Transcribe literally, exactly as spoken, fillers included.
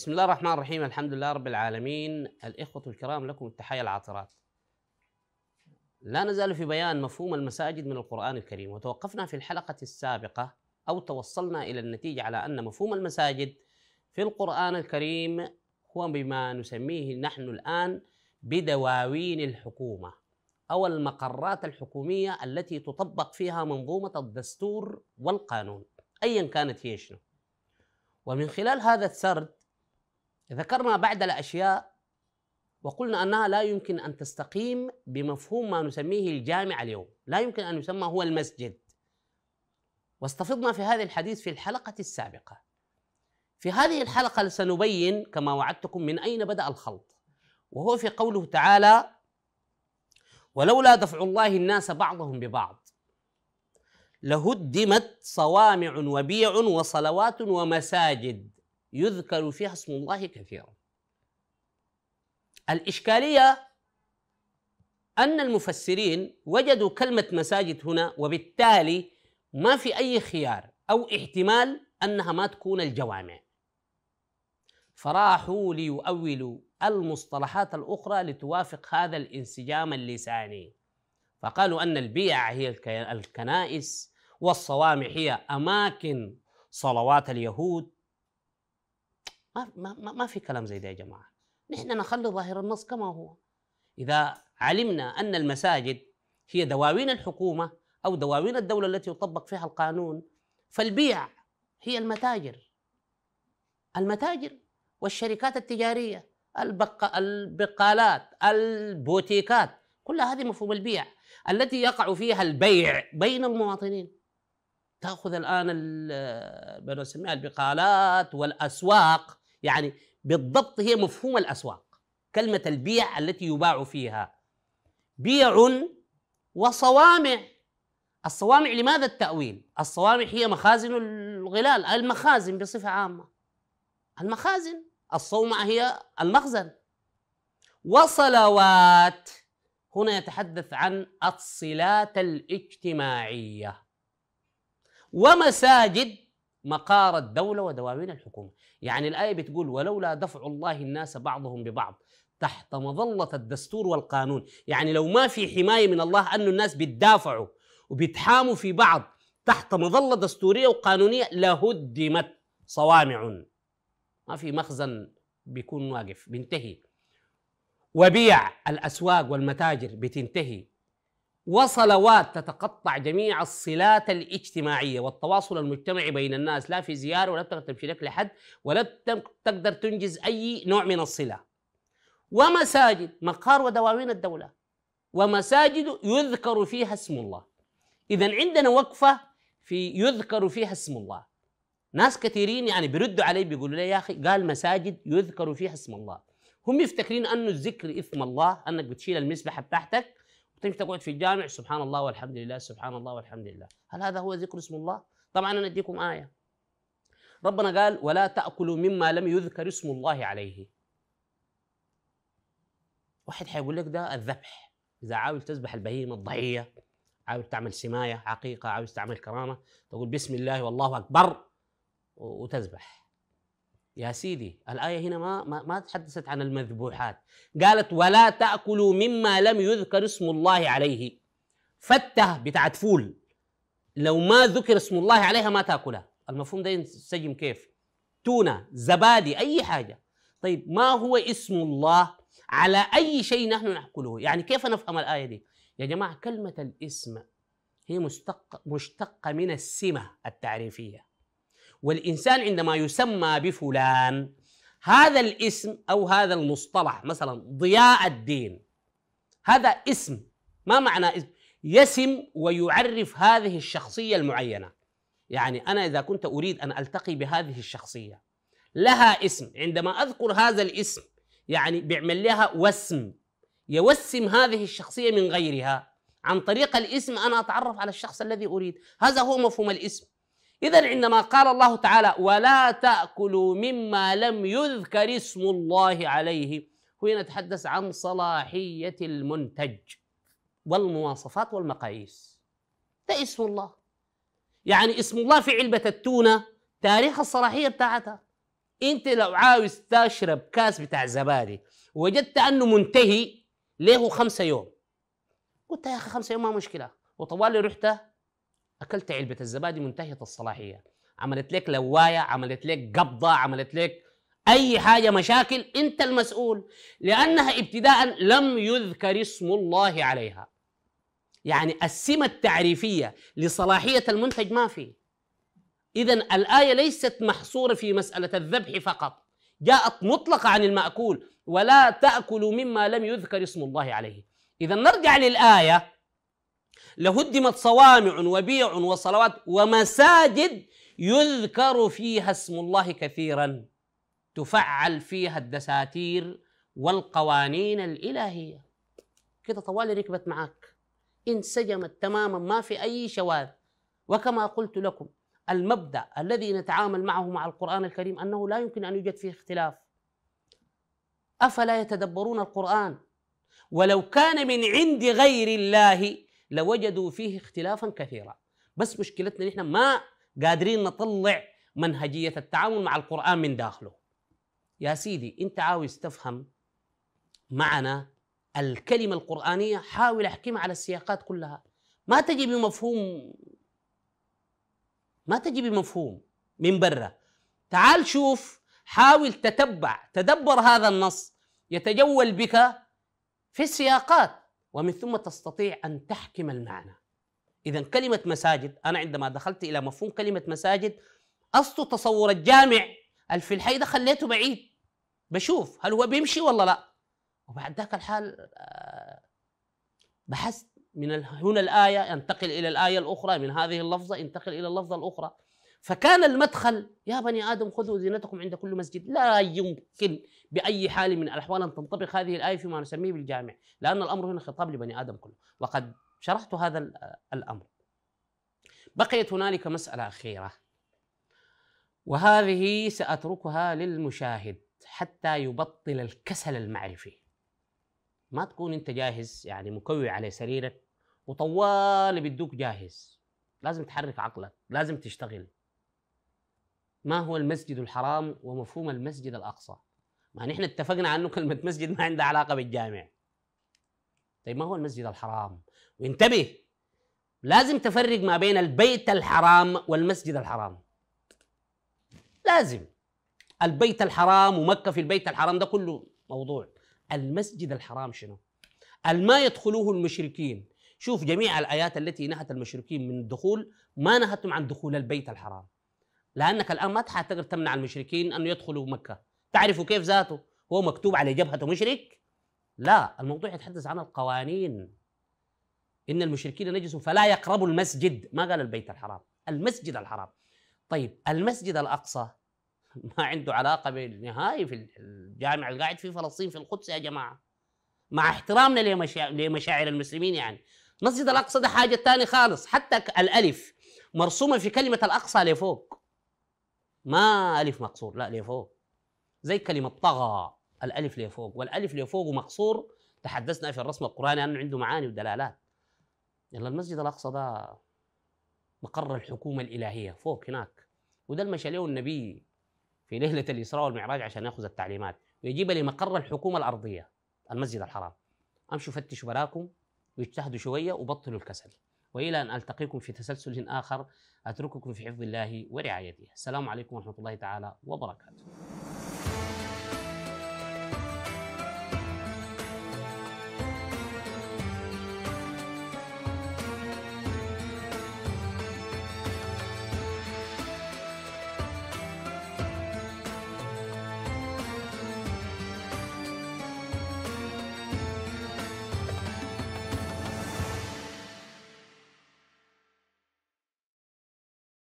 بسم الله الرحمن الرحيم. الحمد لله رب العالمين. الإخوة الكرام، لكم التحية العاطرات. لا نزال في بيان مفهوم المساجد من القرآن الكريم، وتوقفنا في الحلقة السابقة أو توصلنا إلى النتيجة على أن مفهوم المساجد في القرآن الكريم هو بما نسميه نحن الآن بدواوين الحكومة أو المقرات الحكومية التي تطبق فيها منظومة الدستور والقانون أيا كانت هي شنو. ومن خلال هذا السرد ذكرنا بعض الأشياء وقلنا أنها لا يمكن أن تستقيم بمفهوم ما نسميه الجامع اليوم، لا يمكن أن يسمى هو المسجد. واستفضنا في هذا الحديث في الحلقة السابقة. في هذه الحلقة سنبين كما وعدتكم من أين بدأ الخلط، وهو في قوله تعالى: ولولا دفع الله الناس بعضهم ببعض لهدمت صوامع وبيع وصلوات ومساجد يذكر فيها اسم الله كثيرا. الإشكالية أن المفسرين وجدوا كلمة مساجد هنا، وبالتالي ما في أي خيار أو احتمال أنها ما تكون الجوامع، فراحوا ليؤولوا المصطلحات الأخرى لتوافق هذا الانسجام اللساني، فقالوا أن البيع هي الكنائس والصوامع هي أماكن صلوات اليهود. ما, ما, ما في كلام زي ده يا جماعة. نحن نخلي ظاهر النص كما هو. إذا علمنا أن المساجد هي دواوين الحكومة أو دواوين الدولة التي يطبق فيها القانون، فالبيع هي المتاجر المتاجر والشركات التجارية، البق... البقالات، البوتيكات، كل هذه مفهوم البيع التي يقع فيها البيع بين المواطنين. تأخذ الآن بنسميها البقالات والأسواق، يعني بالضبط هي مفهوم الأسواق، كلمة البيع التي يباع فيها. بيع وصوامع. الصوامع لماذا التأويل؟ الصوامع هي مخازن الغلال، المخازن بصفة عامة، المخازن، الصومعة هي المخزن. وصلوات هنا يتحدث عن الصلات الاجتماعية. ومساجد مقار الدولة ودواوين الحكومة. يعني الآية بتقول ولولا دفع الله الناس بعضهم ببعض تحت مظلة الدستور والقانون، يعني لو ما في حماية من الله أن الناس بيتدافعوا وبيتحاموا في بعض تحت مظلة دستورية وقانونية لهدمت صوامع، ما في مخزن بيكون واقف، بينتهي. وبيع، الأسواق والمتاجر بتنتهي. وصلوات، تتقطع جميع الصلات الاجتماعية والتواصل المجتمعي بين الناس، لا في زيارة ولا تقدر تمشي لك لحد ولا تقدر تنجز أي نوع من الصلة. ومساجد مقار ودواوين الدولة، ومساجد يذكر فيها اسم الله. إذن عندنا وقفة في يذكر فيها اسم الله. ناس كثيرين يعني بيردوا علي بيقولوا لي يا أخي قال مساجد يذكر فيها اسم الله، هم يفتكرين أنه الذكر اسم الله، أنك بتشيل المسبحة بتاعتك وتمشي تقعد في الجامع سبحان الله والحمد لله سبحان الله والحمد لله. هل هذا هو ذكر اسم الله؟ طبعا أنا أديكم آية. ربنا قال ولا تأكلوا مما لم يذكر اسم الله عليه. واحد حيقول لك ده الذبح، إذا عاوز تذبح البهيمة الضحية، عاوز تعمل سماية عقيقة، عاوز تعمل كرامة، تقول بسم الله والله أكبر وتذبح. يا سيدي الآية هنا ما ما, ما تحدثت عن المذبوحات، قالت ولا تأكلوا مما لم يذكر اسم الله عليه. فتة بتاعت فول لو ما ذكر اسم الله عليها ما تأكلها. المفهوم ده ينسجم كيف؟ تونة، زبادي، أي حاجة. طيب ما هو اسم الله على أي شيء نحن نأكله؟ يعني كيف نفهم الآية دي؟ يا جماعة كلمة الاسم هي مشتقة مشتقة من السمة التعريفية، والإنسان عندما يسمى بفلان هذا الاسم أو هذا المصطلح، مثلا ضياء الدين، هذا اسم. ما معنى اسم؟ يسم ويعرف هذه الشخصية المعينة. يعني أنا إذا كنت أريد أن ألتقي بهذه الشخصية لها اسم، عندما أذكر هذا الاسم يعني بيعمل لها وسم، يوسم هذه الشخصية من غيرها. عن طريق الاسم أنا أتعرف على الشخص الذي أريد. هذا هو مفهوم الاسم. إذن عندما قال الله تعالى ولا تأكلوا مما لم يذكر اسم الله عليه، هو يتحدث عن صلاحية المنتج والمواصفات والمقاييس. ده اسم الله. يعني اسم الله في علبة التونة تاريخ الصلاحية بتاعتها، انت لو عاوز تشرب كاس بتاع زبادي وجدت انه منتهي له خمسة يوم، قلت يا اخي خمسة يوم ما مشكله، وطوالي رحت اكلت علبه الزبادي منتهيه الصلاحيه، عملت لك لوايه، عملت لك قبضه، عملت لك اي حاجه مشاكل، انت المسؤول، لانها ابتداء لم يذكر اسم الله عليها. يعني السمه التعريفيه لصلاحيه المنتج ما في. اذا الايه ليست محصوره في مساله الذبح فقط، جاءت مطلقه عن الماكول، ولا تاكلوا مما لم يذكر اسم الله عليه. اذا نرجع للايه: لهدمت صوامع وبيع وصلوات ومساجد يذكر فيها اسم الله كثيرا تفعل فيها الدساتير والقوانين الإلهية. كده طوالي ركبت معك، انسجمت تماما، ما في أي شواذ. وكما قلت لكم المبدأ الذي نتعامل معه مع القرآن الكريم أنه لا يمكن أن يوجد فيه اختلاف. أفلا يتدبرون القرآن؟ ولو كان من عند غير الله لوجدوا فيه اختلافا كثيرا. بس مشكلتنا نحن ما قادرين نطلع منهجية التعامل مع القرآن من داخله. يا سيدي انت عاوز تفهم معنى الكلمة القرآنية، حاول احكمها على السياقات كلها، ما تجي بمفهوم ما تجي بمفهوم من برا. تعال شوف، حاول تتبع تدبر هذا النص يتجول بك في السياقات، ومن ثم تستطيع أن تحكم المعنى. إذن كلمة مساجد، أنا عندما دخلت إلى مفهوم كلمة مساجد أصل تصور الجامع في الحي ده خليته بعيد، بشوف هل هو بيمشي ولا لا، وبعد ذاك الحال بحثت من هنا الآية ينتقل إلى الآية الأخرى، من هذه اللفظة ينتقل إلى اللفظة الأخرى. فكان المدخل: يا بني آدم خذوا زينتكم عند كل مسجد. لا يمكن بأي حال من الأحوال أن تنطبق هذه الآية فيما نسميه بالجامع، لأن الأمر هنا خطاب لبني آدم كله، وقد شرحت هذا الأمر. بقيت هنالك مسألة أخيرة، وهذه سأتركها للمشاهد حتى يبطل الكسل المعرفي. ما تكون أنت جاهز يعني مكوي على سريرك وطوال بدوك جاهز، لازم تحرك عقلك، لازم تشتغل. ما هو المسجد الحرام ومفهوم المسجد الأقصى؟ ما نحن اتفقنا أنه كلمة مسجد ما عندها علاقة بالجامع. طيب ما هو المسجد الحرام؟ وانتبه، لازم تفرق ما بين البيت الحرام والمسجد الحرام. لازم. البيت الحرام ومكة في البيت الحرام ده كله موضوع. المسجد الحرام شنو؟ الما يدخلوه المشركين. شوف جميع الآيات التي نهت المشركين من الدخول ما نهتهم عن دخول البيت الحرام، لأنك الآن ما تقدر تمنع المشركين أن يدخلوا مكة. تعرفوا كيف ذاته؟ هو مكتوب على جبهته مشرك؟ لا، الموضوع يتحدث عن القوانين. إن المشركين نجسوا فلا يقربوا المسجد، ما قال البيت الحرام، المسجد الحرام. طيب المسجد الأقصى ما عنده علاقة بالنهاية في الجامع القاعد في فلسطين في القدس يا جماعة، مع احترامنا لمشاعر المسلمين. يعني مسجد الأقصى ده حاجة تاني خالص. حتى الألف مرسومة في كلمة الأقصى لفوق، ما ألف مقصور، لا لفوق، زي كلمة طغى، الألف لفوق، والألف لفوق ومقصور تحدثنا في الرسم القرآني أنه عنده معاني ودلالات. يلا المسجد الأقصى ده مقر الحكومة الإلهية فوق هناك، وده المشى له النبي في ليلة الإسراء والمعراج عشان يأخذ التعليمات ويجيب لي مقر الحكومة الأرضية المسجد الحرام. أمشوا فتشوا براكم واجتهدوا شوية وبطلوا الكسل، وإلى أن ألتقيكم في تسلسل آخر أترككم في حفظ الله ورعايته. السلام عليكم ورحمة الله تعالى وبركاته.